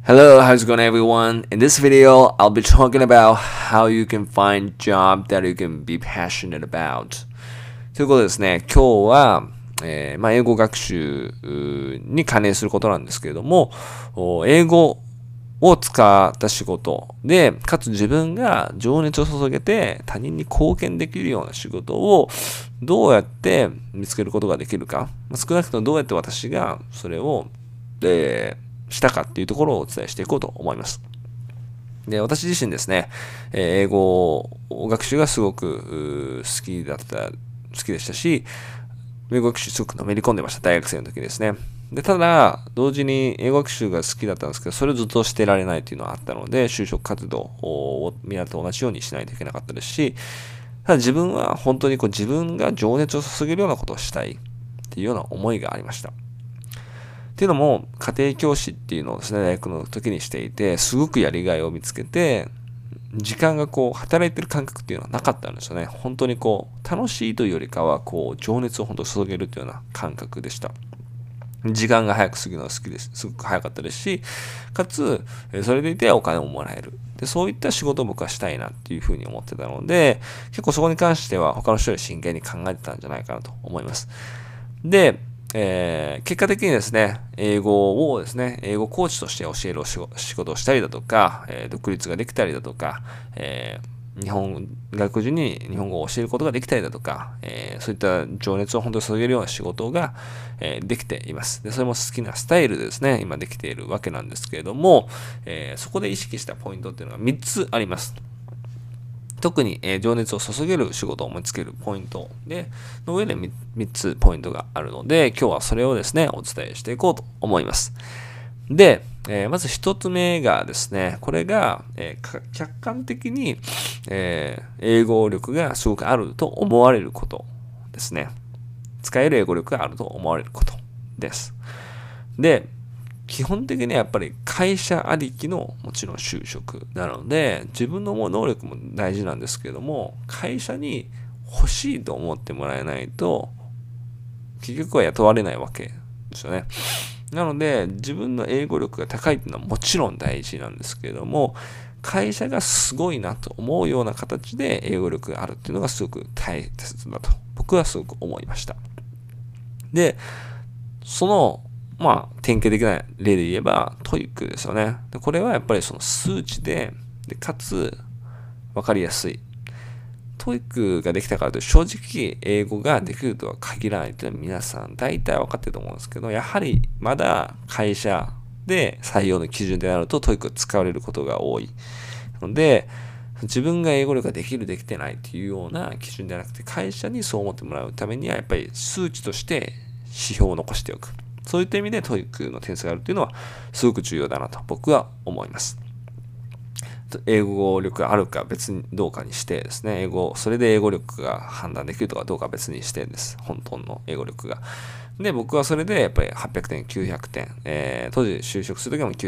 Hello, how's it going everyone? In this video, I'll be talking about how you can find job that you can be passionate about. ということですね、今日は、英語学習に関連することなんですけれども、英語を使った仕事で、かつ自分が情熱を注げて他人に貢献できるような仕事をどうやって見つけることができるか、少なくともどうやって私がそれを、したかっていうところをお伝えしていこうと思います。で、私自身ですね、英語学習がすごく好きでしたし、英語学習すごくのめり込んでました、大学生の時ですね。で、ただ、同時に英語学習が好きだったんですけど、それをずっとしてられないっていうのはあったので、就職活動をみんなと同じようにしないといけなかったですし、ただ自分は本当に自分が情熱を注げるようなことをしたいっていうような思いがありました。っていうのも、家庭教師っていうのをですね、大学の時にしていて、すごくやりがいを見つけて、時間が働いてる感覚っていうのはなかったんですよね。本当に楽しいというよりかは、情熱を本当に注げるというような感覚でした。時間が早く過ぎるのが好きです。すごく早かったですし、かつ、それでいてお金をもらえる。で、そういった仕事を僕はしたいなっていうふうに思ってたので、結構そこに関しては他の人より真剣に考えてたんじゃないかなと思います。で、結果的にですね、英語をですね、英語コーチとして教える仕事をしたりだとか、独立ができたりだとか、外国人に日本語を教えることができたりだとか、そういった情熱を本当に注げるような仕事が、できています。で、それも好きなスタイルでですね、今できているわけなんですけれども、そこで意識したポイントっていうのが3つあります。特に、情熱を注げる仕事を見つけるポイントの上で 3つポイントがあるので、今日はそれをですね、お伝えしていこうと思います。で、まず1つ目がですね、これが、客観的に、英語力がすごくあると思われることですね。使える英語力があると思われることです。で、基本的にはやっぱり会社ありきのもちろん就職なので、自分の能力も大事なんですけれども、会社に欲しいと思ってもらえないと、結局は雇われないわけですよね。なので、自分の英語力が高いっていうのはもちろん大事なんですけれども、会社がすごいなと思うような形で英語力があるっていうのがすごく大切だと、僕はすごく思いました。で、その典型的な例で言えば、トイックですよね。でこれはやっぱりその数値で、かつ、わかりやすい。トイックができたからと正直英語ができるとは限らないというのは皆さん大体分かってると思うんですけど、やはりまだ会社で採用の基準であるとトイックが使われることが多いので、自分が英語力ができるできてないっていうような基準ではなくて、会社にそう思ってもらうためにはやっぱり数値として指標を残しておく。そういった意味でトイックの点数があるというのはすごく重要だなと僕は思います。英語力があるか別にどうかにしてですね、それで英語力が判断できるとかどうか別にしてです。本当の英語力が。で、僕はそれでやっぱり800点、900点、当時就職する時も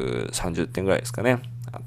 930点ぐらいですかね。あって、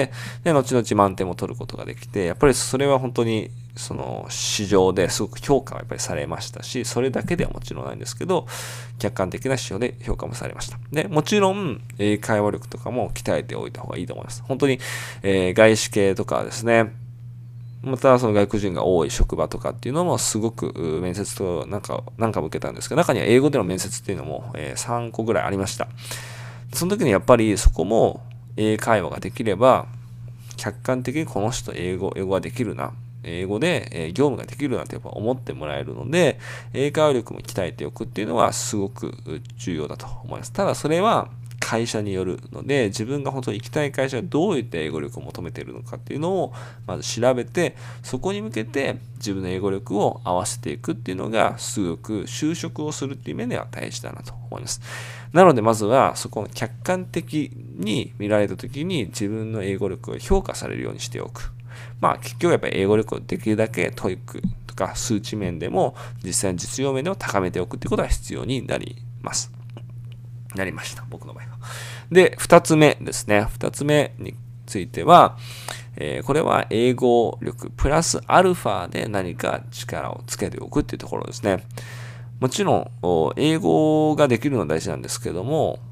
で、後々満点も取ることができて、やっぱりそれは本当にその市場ですごく評価がやっぱりされましたし、それだけではもちろんないんですけど、客観的な指標で評価もされました。で、もちろん、会話力とかも鍛えておいた方がいいと思います。本当に、外資系とかですね、またその外国人が多い職場とかっていうのもすごく面接となんかも受けたんですけど、中には英語での面接っていうのも3個ぐらいありました。その時にやっぱりそこも英会話ができれば、客観的にこの人英語ができるな。英語で業務ができるなってやっぱ思ってもらえるので、英会話力も鍛えておくっていうのはすごく重要だと思います。ただそれは会社によるので、自分が本当に行きたい会社がどういった英語力を求めているのかっていうのをまず調べて、そこに向けて自分の英語力を合わせていくっていうのがすごく就職をするっていう面では大事だなと思います。なのでまずはそこの客観的に見られた時に自分の英語力を評価されるようにしておく。結局やっぱり英語力をできるだけトイックとか数値面でも実際の実用面でも高めておくっていうことが必要になりました。僕の場合は。で、二つ目ですね。二つ目については、これは英語力プラスアルファで何か力をつけておくっていうところですね。もちろん、英語ができるのは大事なんですけども、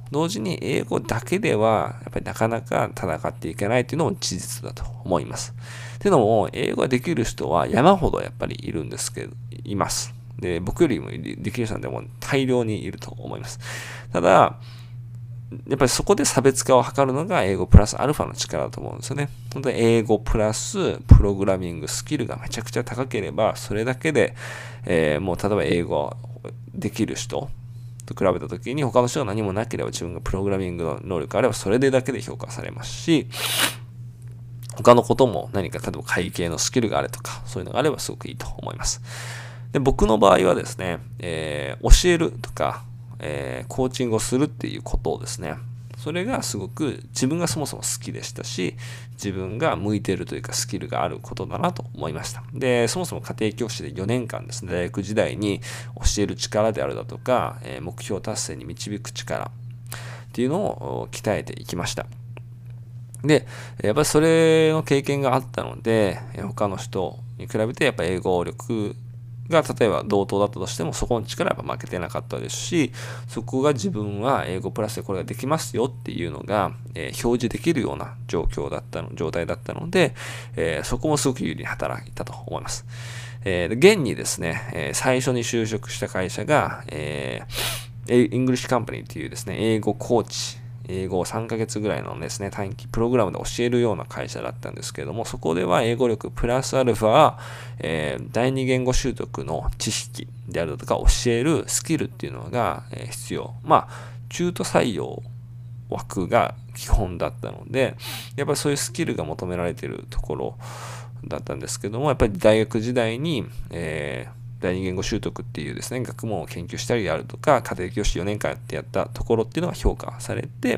同時に英語だけではやっぱりなかなか戦っていけないというのも事実だと思います。っていうのも、英語ができる人は山ほどやっぱりいるんですけど、います。で、僕よりもできる人でも大量にいると思います。ただ、やっぱりそこで差別化を図るのが英語プラスアルファの力だと思うんですよね。本当に英語プラスプログラミングスキルがめちゃくちゃ高ければ、それだけで、もう例えば英語できる人と比べたときに他の人が何もなければ自分がプログラミングの能力があればそれでだけで評価されますし、他のことも何か例えば会計のスキルがあれとかそういうのがあればすごくいいと思います。で、僕の場合はですね、教えるとか、コーチングをするっていうことをですね、それがすごく自分がそもそも好きでしたし、自分が向いているというかスキルがあることだなと思いました。で、そもそも家庭教師で4年間ですね、大学時代に教える力であるだとか、目標達成に導く力っていうのを鍛えていきました。で、やっぱりそれの経験があったので、他の人に比べてやっぱ英語力が例えば同等だったとしてもそこの力はやっぱ負けてなかったですし、そこが自分は英語プラスでこれができますよっていうのが、表示できるような状態だったので、そこもすごく有利に働いたと思います。現にですね、最初に就職した会社が、イングリッシュカンパニーっていうですね、英語コーチ、英語を3ヶ月ぐらいのですね、短期プログラムで教えるような会社だったんですけれども、そこでは英語力プラスアルファ、第二言語習得の知識であるとか教えるスキルっていうのが、必要。まあ、中途採用枠が基本だったので、やっぱりそういうスキルが求められているところだったんですけども、やっぱり大学時代に、第二言語習得っていうですね、学問を研究したりであるとか、家庭教師4年間やったところっていうのが評価されて、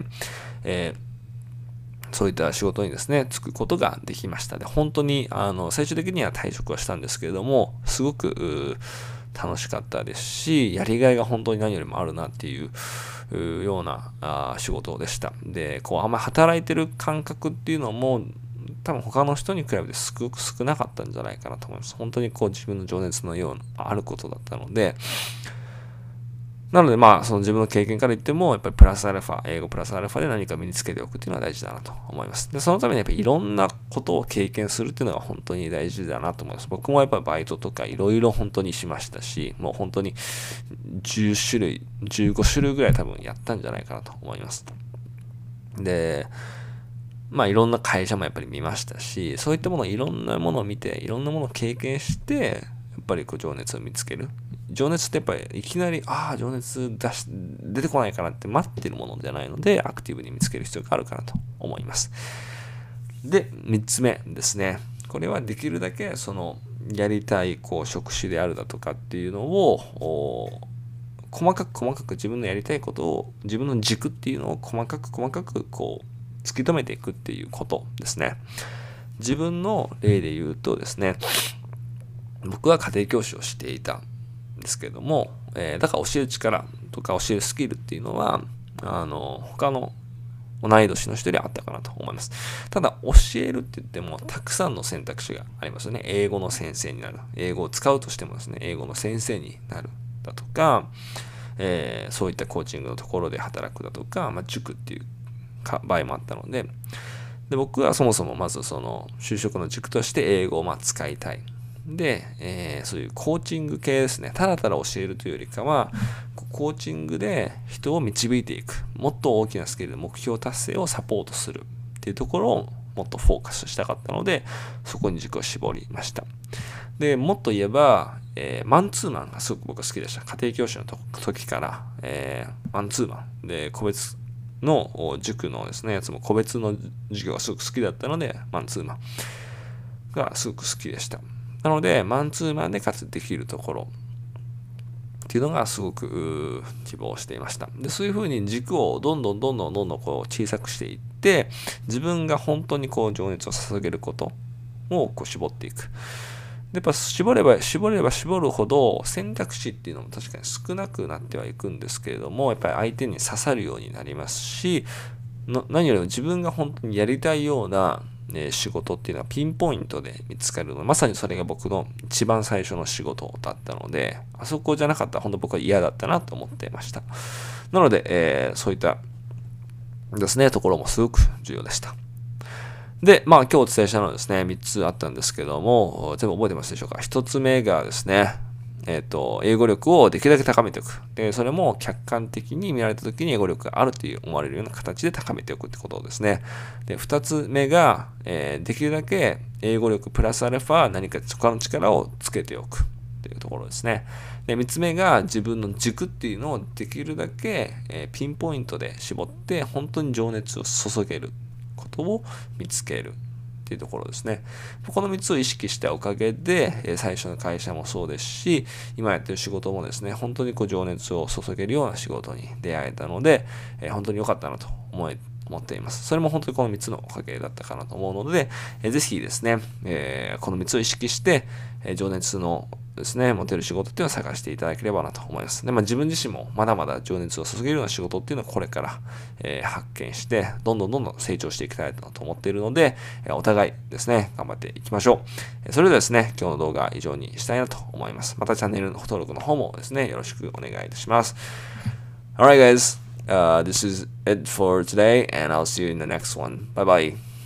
そういった仕事にですね、就くことができました。で、本当に、最終的には退職はしたんですけれども、すごく楽しかったですし、やりがいが本当に何よりもあるなっていうような仕事でした。で、こう、あんまり働いてる感覚っていうのも、多分他の人に比べてすごく少なかったんじゃないかなと思います。本当にこう自分の情熱のようなあることだったので、なのでまあその自分の経験から言ってもやっぱりプラスアルファ、英語プラスアルファで何か身につけておくっていうのは大事だなと思います。で、そのためにやっぱりいろんなことを経験するっていうのが本当に大事だなと思います。僕もやっぱりバイトとかいろいろ本当にしましたし、もう本当に10種類、15種類ぐらい多分やったんじゃないかなと思います。で、まあいろんな会社もやっぱり見ましたし、そういったものいろんなものを見て、いろんなものを経験して、やっぱりこう情熱を見つける。情熱ってやっぱりいきなり、情熱出てこないかなって待ってるものじゃないので、アクティブに見つける必要があるかなと思います。で、3つ目ですね。これはできるだけそのやりたいこう職種であるだとかっていうのを細かく自分のやりたいことを、自分の軸っていうのを細かくこう突き止めていくっていうことですね。自分の例で言うとですね、僕は家庭教師をしていたんですけども、だから教える力とか教えるスキルっていうのは、他の同い年の人よりあったかなと思います。ただ、教えるって言っても、たくさんの選択肢がありますよね。英語の先生になる。英語を使うとしてもですね、英語の先生になるだとか、そういったコーチングのところで働くだとか、塾っていう場合もあったので、僕はそもそもまずその就職の軸として英語を使いたい。で、そういうコーチング系ですね。ただただ教えるというよりかは、コーチングで人を導いていく。もっと大きなスケールで目標達成をサポートするっていうところをもっとフォーカスしたかったので、そこに軸を絞りました。で、もっと言えば、マンツーマンがすごく僕は好きでした。家庭教師の時から、マンツーマンで個別の塾のですね、やつも個別の授業がすごく好きだったので、マンツーマンがすごく好きでした。なので、マンツーマンでかつできるところっていうのがすごく希望していました。で、そういうふうに軸をどんどんこう小さくしていって、自分が本当にこう情熱を捧げることをこう絞っていく。で、やっぱ絞れば絞るほど選択肢っていうのも確かに少なくなってはいくんですけれども、やっぱり相手に刺さるようになりますし、何よりも自分が本当にやりたいような仕事っていうのはピンポイントで見つかるので、まさにそれが僕の一番最初の仕事だったので、あそこじゃなかったら本当僕は嫌だったなと思っていました。なので、そういったですね、ところもすごく重要でした。で、今日お伝えしたのはですね、3つあったんですけども、全部覚えてますでしょうか。1つ目がですね、英語力をできるだけ高めておく。で、それも客観的に見られた時に英語力があると思われるような形で高めておくってことですね。で、2つ目が、できるだけ英語力プラスアルファ何か他の力をつけておくっていうところですね。で、3つ目が自分の軸っていうのをできるだけ、ピンポイントで絞って本当に情熱を注げることを見つける。っていうところですね。この3つを意識したおかげで、最初の会社もそうですし、今やってる仕事もですね、本当に情熱を注げるような仕事に出会えたので、本当に良かったなと思っています。それも本当にこの3つのおかげだったかなと思うので、ぜひですね、この3つを意識して、情熱のですね、持てる仕事っていうのを探していただければなと思います。で、自分自身もまだまだ情熱を注げるような仕事っていうのはこれから、発見して、どんどん成長していきたいなと思っているので、お互いですね、頑張っていきましょう。それではですね、今日の動画は以上にしたいなと思います。またチャンネルの登録の方もですね、よろしくお願いいたします。Alright guys, this is it for today and I'll see you in the next one. Bye bye.